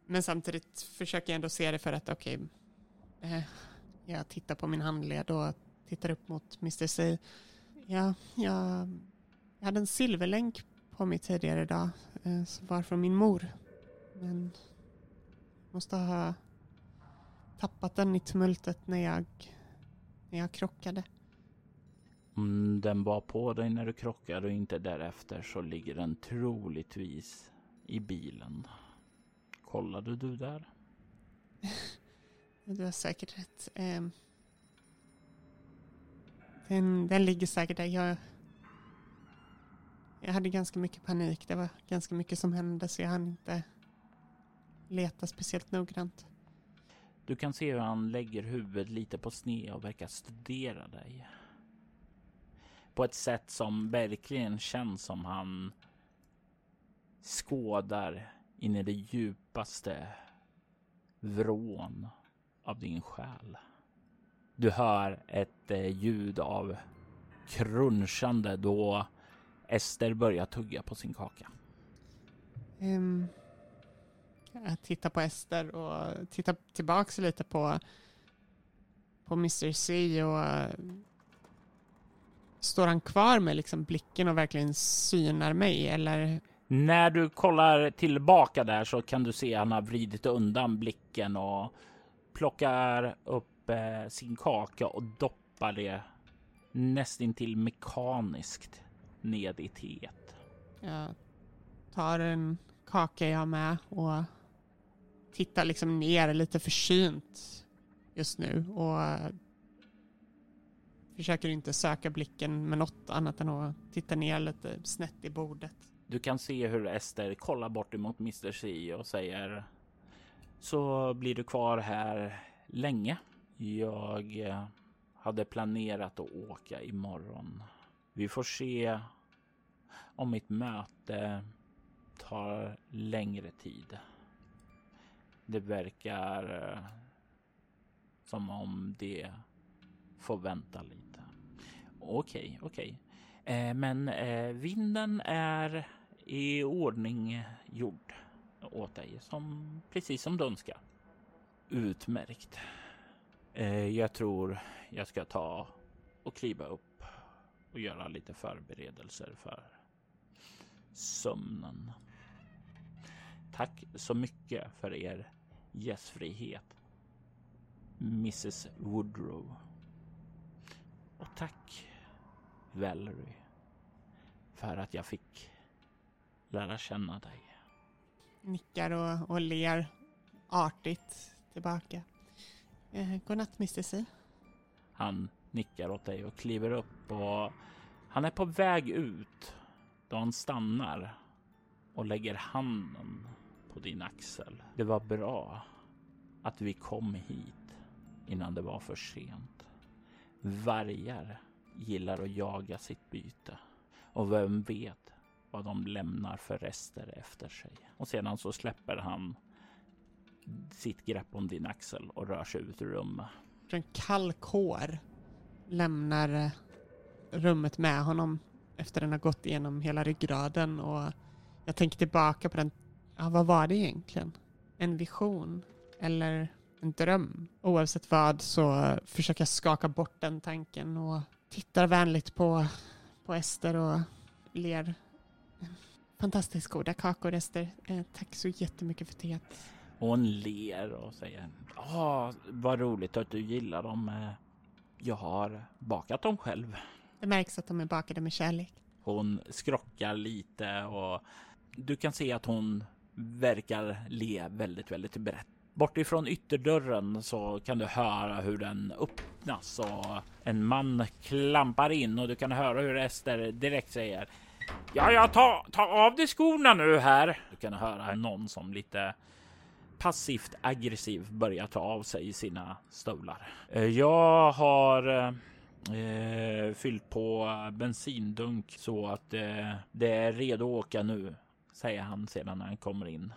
Men samtidigt försöker jag ändå se det för att okej, okay, eh, jag tittar på min handled och tittar upp mot mister C. Ja, jag, jag hade en silverlänk på mig tidigare idag eh, som var från min mor. Men måste ha tappat den i tumultet när jag, när jag krockade. Om den var på dig när du krockade och inte därefter så ligger den troligtvis i bilen. Kollade du där? Du har säkert rätt. Um, den, den ligger säkert där. Jag, jag hade ganska mycket panik. Det var ganska mycket som hände så jag hann inte leta speciellt noggrant. Du kan se hur han lägger huvudet lite på sned och verkar studera dig. På ett sätt som verkligen känns som han skådar in i det djupaste vrån av din själ. Du hör ett eh, ljud av crunchande då Ester börjar tugga på sin kaka. Um, jag tittar på Ester och tittar tillbaka lite på på mister C och uh, står han kvar med liksom blicken och verkligen synar mig eller? När du kollar tillbaka där så kan du se att han har vridit undan blicken och plockar upp eh, sin kaka och doppar det nästintill mekaniskt ned i teet. Jag tar en kaka jag har med och tittar liksom ner lite försynt just nu och försöker inte söka blicken med något annat än att titta ner lite snett i bordet. Du kan se hur Ester kollar bort emot mister C och säger: så blir du kvar här länge. Jag hade planerat att åka imorgon. Vi får se om mitt möte tar längre tid. Det verkar som om det får vänta lite. Okej, okej. Eh, men eh, vinden är i ordning gjord åt dig, som, precis som du önskar. Utmärkt. Eh, jag tror jag ska ta och kliva upp och göra lite förberedelser för sömnen. Tack så mycket för er gästfrihet, missus Woodrow. Och tack, Valerie, för att jag fick lära känna dig. Nickar och, och ler artigt tillbaka. Eh, godnatt, mister C. Han nickar åt dig och kliver upp och han är på väg ut då han stannar och lägger handen på din axel. Det var bra att vi kom hit innan det var för sent. Vargar gillar att jaga sitt byte och vem vet vad de lämnar för rester efter sig. Och sedan så släpper han sitt grepp om din axel och rör sig ut ur rummet. En kall kår lämnar rummet med honom efter den har gått igenom hela ryggraden och jag tänker tillbaka på den. Ja, vad var det egentligen? En vision eller en dröm? Oavsett vad så försöker jag skaka bort den tanken och tittar vänligt på, på Ester och ler. Fantastiskt goda kakor, Ester. Eh, tack så jättemycket för teet. Hon ler och säger: ja, vad roligt att du gillar dem. Jag har bakat dem själv. Det märks att de är bakade med kärlek. Hon skrockar lite och du kan se att hon verkar le väldigt, väldigt brett. Bortifrån ytterdörren så kan du höra hur den öppnas och en man klampar in och du kan höra hur Ester direkt säger: ja, jag tar ta av dig skorna nu här. Du kan höra någon som lite passivt aggressivt börjar ta av sig sina stövlar. Jag har eh, fyllt på bensindunk så att eh, det är redo att åka nu, säger han sedan när han kommer in.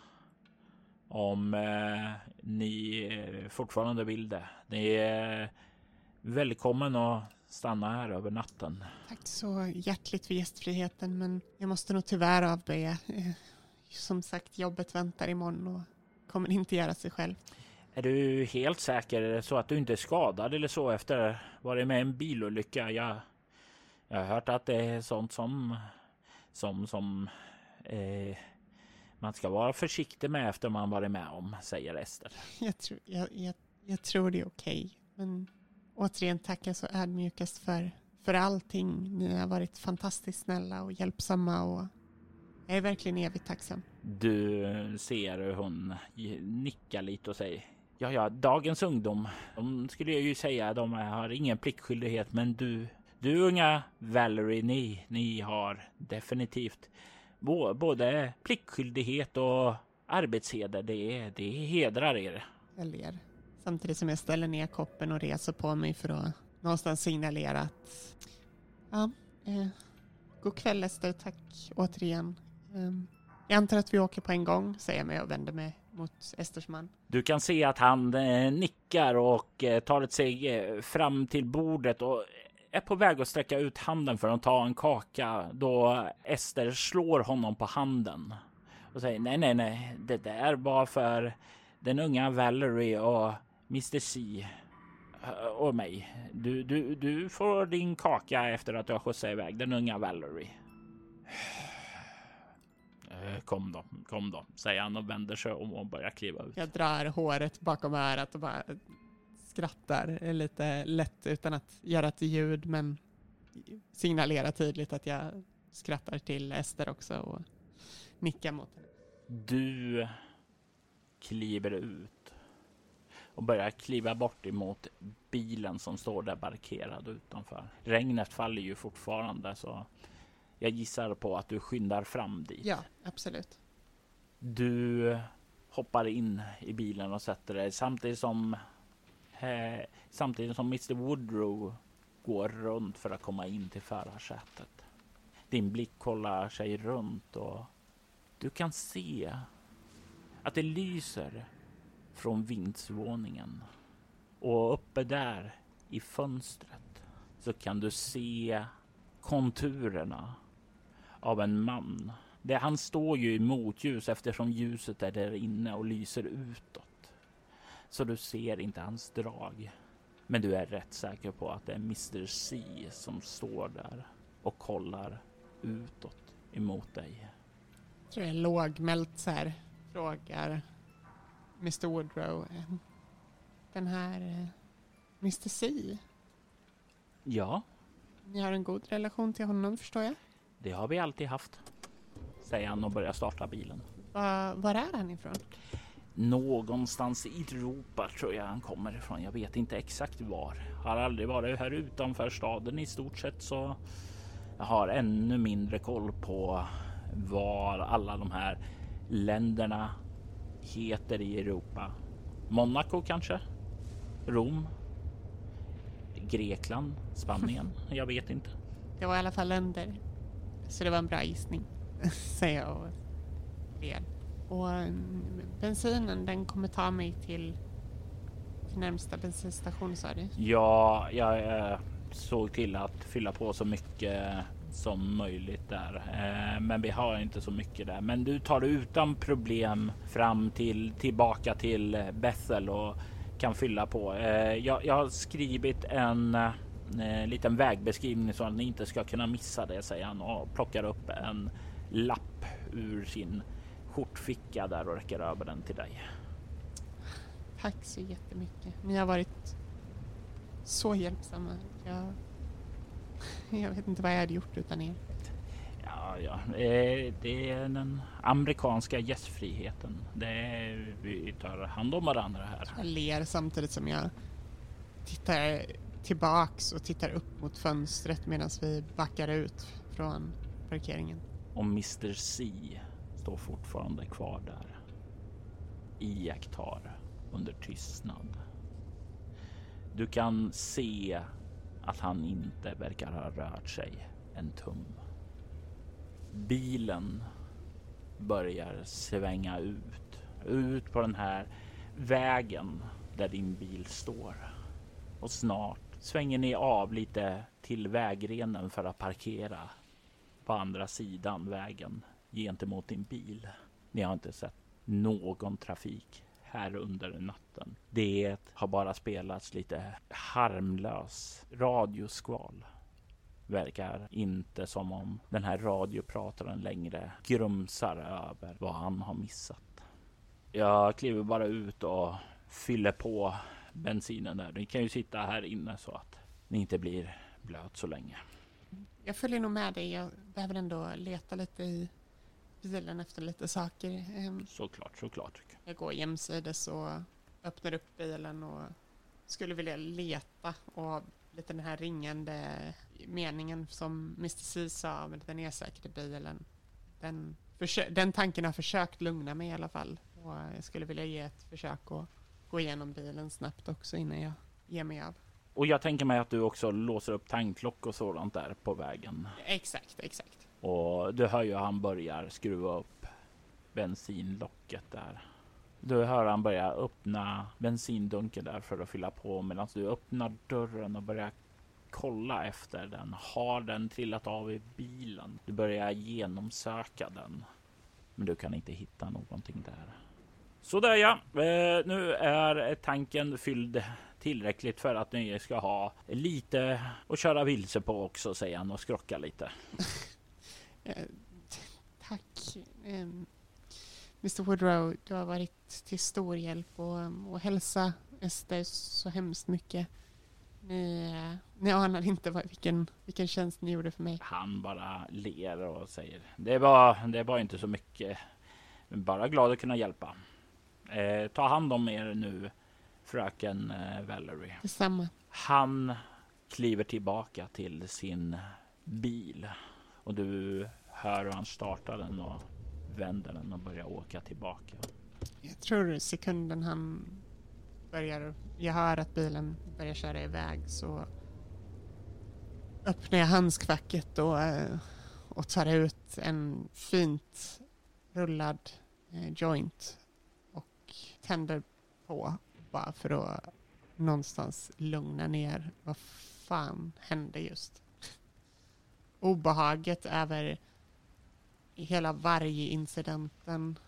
Om eh, ni fortfarande vill det. Ni är välkommen att stanna här över natten. Tack så hjärtligt för gästfriheten, men jag måste nog tyvärr avböja. Som sagt, jobbet väntar imorgon och kommer inte göra sig själv. Är du helt säker så att du inte är skadad eller så efter varit med i en bilolycka? Jag, jag har hört att det är sånt som, som, som eh, man ska vara försiktig med efter man varit med om, säger Ester. Jag tror, jag, jag, jag tror det är okej. Men återigen tackar så ödmjukast för, för allting. Ni har varit fantastiskt snälla och hjälpsamma och jag är verkligen evigt tacksam. Du ser hur hon nickar lite och säger: Ja, ja, dagens ungdom, de skulle jag ju säga, de har ingen pliktskyldighet, men du, du unga Valerie, ni, ni har definitivt bo, både pliktskyldighet och arbetsheder. Det, det hedrar er. Jag ler. Samtidigt som jag ställer ner koppen och reser på mig för att någonstans signalera att ja, eh, god kväll Ester, tack återigen. Um, jag antar att vi åker på en gång, säger jag mig och vänder mig mot Esters man. Du kan se att han eh, nickar och eh, tar ett steg eh, fram till bordet och är på väg att sträcka ut handen för att ta en kaka då Ester slår honom på handen och säger: Nej, nej, nej, det där var för den unga Valerie och mister C och mig. Du, du, du får din kaka efter att du har skjutsat iväg den unga Valerie. Kom då, kom då, säger han och vänder sig om och börjar kliva ut. Jag drar håret bakom örat och bara skrattar lite lätt utan att göra ett ljud, men signalerar tydligt att jag skrattar till Ester också och nickar mot henne. Du kliver ut och börjar kliva bort emot bilen som står där parkerad utanför. Regnet faller ju fortfarande, så jag gissar på att du skyndar fram dit. Ja, absolut. Du hoppar in i bilen och sätter dig samtidigt som eh, samtidigt som mister Woodrow går runt för att komma in till förarsätet. Din blick kollar sig runt och du kan se att det lyser från vindsvåningen. Och uppe där i fönstret så kan du se konturerna av en man. Det, han står ju i motljus eftersom ljuset är där inne och lyser utåt. Så du ser inte hans drag. Men du är rätt säker på att det är mister C som står där och kollar utåt emot dig. Jag tror jag lågmält så här frågar mister Woodrow. Den här mister C. Ja. Ni har en god relation till honom, förstår jag. Det har vi alltid haft, säger han och börjar starta bilen. Va, var är han ifrån? Någonstans i Europa tror jag han kommer ifrån. Jag vet inte exakt var. Har aldrig varit här utanför staden i stort sett, så jag har ännu mindre koll på var alla de här länderna heter i Europa. Monaco kanske? Rom? Grekland? Spanien? Jag vet inte. Det var i alla fall länder. Så det var en bra gissning, säger jag och ler. Och bensinen, den kommer ta mig till, till närmsta bensinstation, sa du? Ja, jag eh, såg till att fylla på så mycket som möjligt där. Eh, men vi har inte så mycket där. Men du tar utan problem fram till tillbaka till Bethel och kan fylla på. Eh, jag, jag har skrivit en eh, liten vägbeskrivning så att ni inte ska kunna missa det, säger han och plockar upp en lapp ur sin skjortficka där och räcker över den till dig. Tack så jättemycket. Ni har varit så hjälpsamma. Jag, jag vet inte vad jag hade gjort utan er. Ja, ja. Eh, det är den amerikanska gästfriheten. Det är, vi tar hand om varandra här. Jag ler samtidigt som jag tittar tillbaks och tittar upp mot fönstret medan vi backar ut från parkeringen. Och mister C står fortfarande kvar där. Iakttar under tystnad. Du kan se att han inte verkar ha rört sig en tum. Bilen börjar svänga ut. Ut på den här vägen där din bil står. Och snart svänger ni av lite till vägrenen för att parkera på andra sidan vägen gentemot din bil. Ni har inte sett någon trafik här under natten. Det har bara spelats lite harmlös radioskval. Verkar inte som om den här radioprataren längre grumsar över vad han har missat. Jag kliver bara ut och fyller på bensinen där. Ni kan ju sitta här inne så att ni inte blir blöt så länge. Jag följer nog med dig. Jag behöver ändå leta lite i bilen efter lite saker. Såklart, såklart. Jag går jämsides och öppnar upp bilen och skulle vilja leta och lite den här ringande meningen som mister C sa, men den är säkert i bilen. Den, försö- den tanken har försökt lugna mig i alla fall. Och jag skulle vilja ge ett försök att gå igenom bilen snabbt också innan jag ger mig av. Och jag tänker mig att du också låser upp tanklock och sådant där på vägen. Exakt, exakt. Och du hör ju han börjar skruva upp bensinlocket där. Du hör han börja öppna bensindunken där för att fylla på, medan du öppnar dörren och börjar kolla efter den. Har den trillat av i bilen? Du börjar genomsöka den, men du kan inte hitta någonting där. Så där ja, eh, nu är tanken fylld tillräckligt för att ni ska ha lite att köra vilse på också, säger han och skrockar lite. eh, tack. Um, mister Woodrow, du har varit till stor hjälp och, och hälsa Ester så hemskt mycket. Ni, ni anar inte vad, vilken, vilken tjänst ni gjorde för mig. Han bara ler och säger, det var, det var inte så mycket, men bara glad att kunna hjälpa. Eh, ta hand om er nu, fröken eh, Valerie. Detsamma. Han kliver tillbaka till sin bil och du hör hur han startar den och vänder den och börjar åka tillbaka. Jag tror sekunden han börjar, jag hör att bilen börjar köra iväg, så öppnar jag handskfacket och, och tar ut en fint rullad eh, joint och tänder på bara för att någonstans lugna ner vad fan hände just. Obehaget över hela varje incidenten,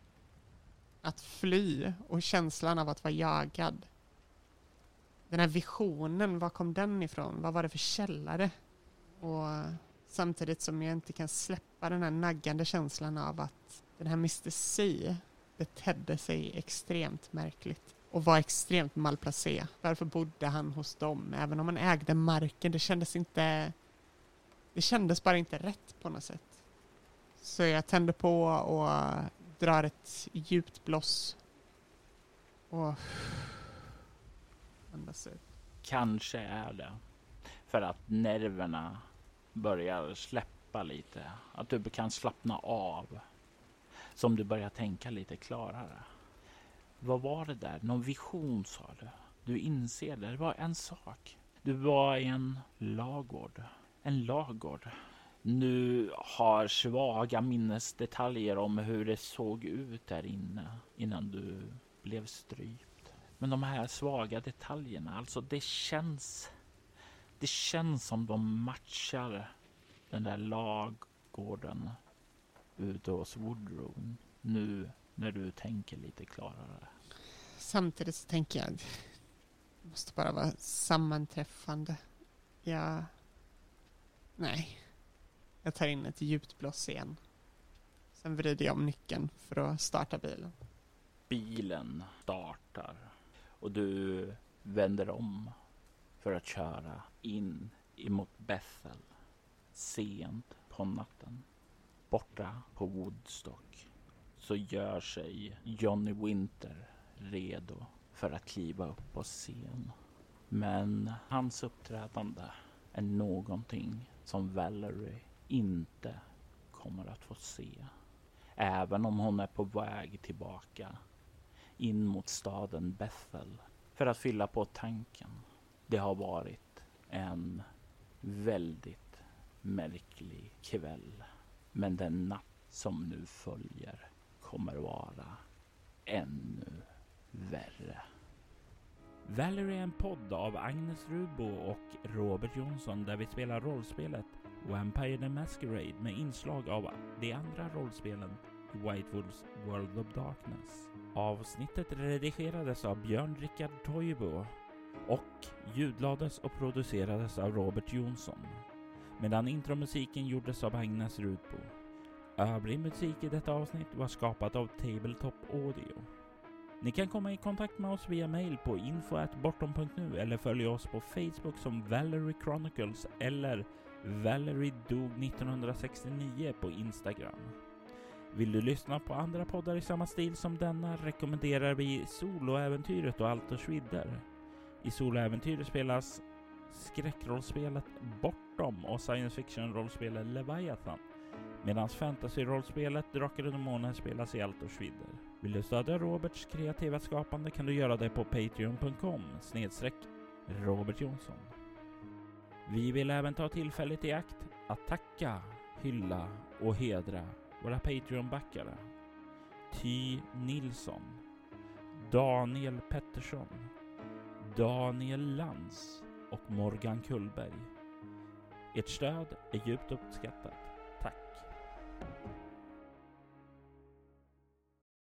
att fly och känslan av att vara jagad. Den här visionen, var kom den ifrån? Vad var det för källare? Och samtidigt som jag inte kan släppa den här naggande känslan av att den här mister C betedde sig extremt märkligt och var extremt malplacé. Varför bodde han hos dem? Även om han ägde marken, det kändes inte, det kändes bara inte rätt på något sätt. Så jag tänder på och drar ett djupt bloss och andas ut. Kanske är det för att nerverna börjar släppa lite. Att du kan slappna av. Som du börjar tänka lite klarare. Vad var det där? Någon vision, sa du. Du inser det. Det var en sak. Du var i en lagård. En lagård. Nu har svaga minnesdetaljer om hur det såg ut där inne innan du blev strypt. Men de här svaga detaljerna, alltså det känns det känns som de matchar den där lagården ute hos Woodrow nu när du tänker lite klarare. Samtidigt så tänker jag, det måste bara vara sammanträffande. Jag... Nej. Jag tar in ett djupt blås igen. Sen vrider jag om nyckeln för att starta bilen. Bilen startar och du vänder om för att köra in emot Bethel sent på natten. Borta på Woodstock så gör sig Johnny Winter redo för att kliva upp på scen. Men hans uppträdande är någonting som Valerie inte kommer att få se. Även om hon är på väg tillbaka in mot staden Bethel för att fylla på tanken. Det har varit en väldigt märklig kväll. Men den natt som nu följer kommer vara ännu värre. Valerie är en podd av Agnes Rudbo och Robert Jonsson där vi spelar rollspelet Vampire the Masquerade med inslag av de andra rollspelen i White Wolves World of Darkness. Avsnittet redigerades av Björn Rickard Toibo och ljudlades och producerades av Robert Jonsson, medan intromusiken gjordes av Agnes Rudbo. Övrig musik i detta avsnitt var skapat av Tabletop Audio. Ni kan komma i kontakt med oss via mail på info at bortom punkt nu eller följa oss på Facebook som Valerie Chronicles eller Valerie dog nittonhundrasextionio på Instagram. Vill du lyssna på andra poddar i samma stil som denna rekommenderar vi Soloäventyret och Allt och Schwidder. I Soloäventyret spelas skräckrollspelet Bortom och science fiction-rollspelet Leviathan, medan fantasy-rollspelet Drakar och Demoner spelas i Allt och Schwidder. Vill du stödja Roberts kreativa skapande kan du göra det på patreon punkt com snedstreck Robert Jonsson. Vi vill även ta tillfället i akt att tacka, hylla och hedra våra Patreon-backare: Ty Nilsson, Daniel Pettersson, Daniel Lantz och Morgan Kullberg. Ert stöd är djupt uppskattat.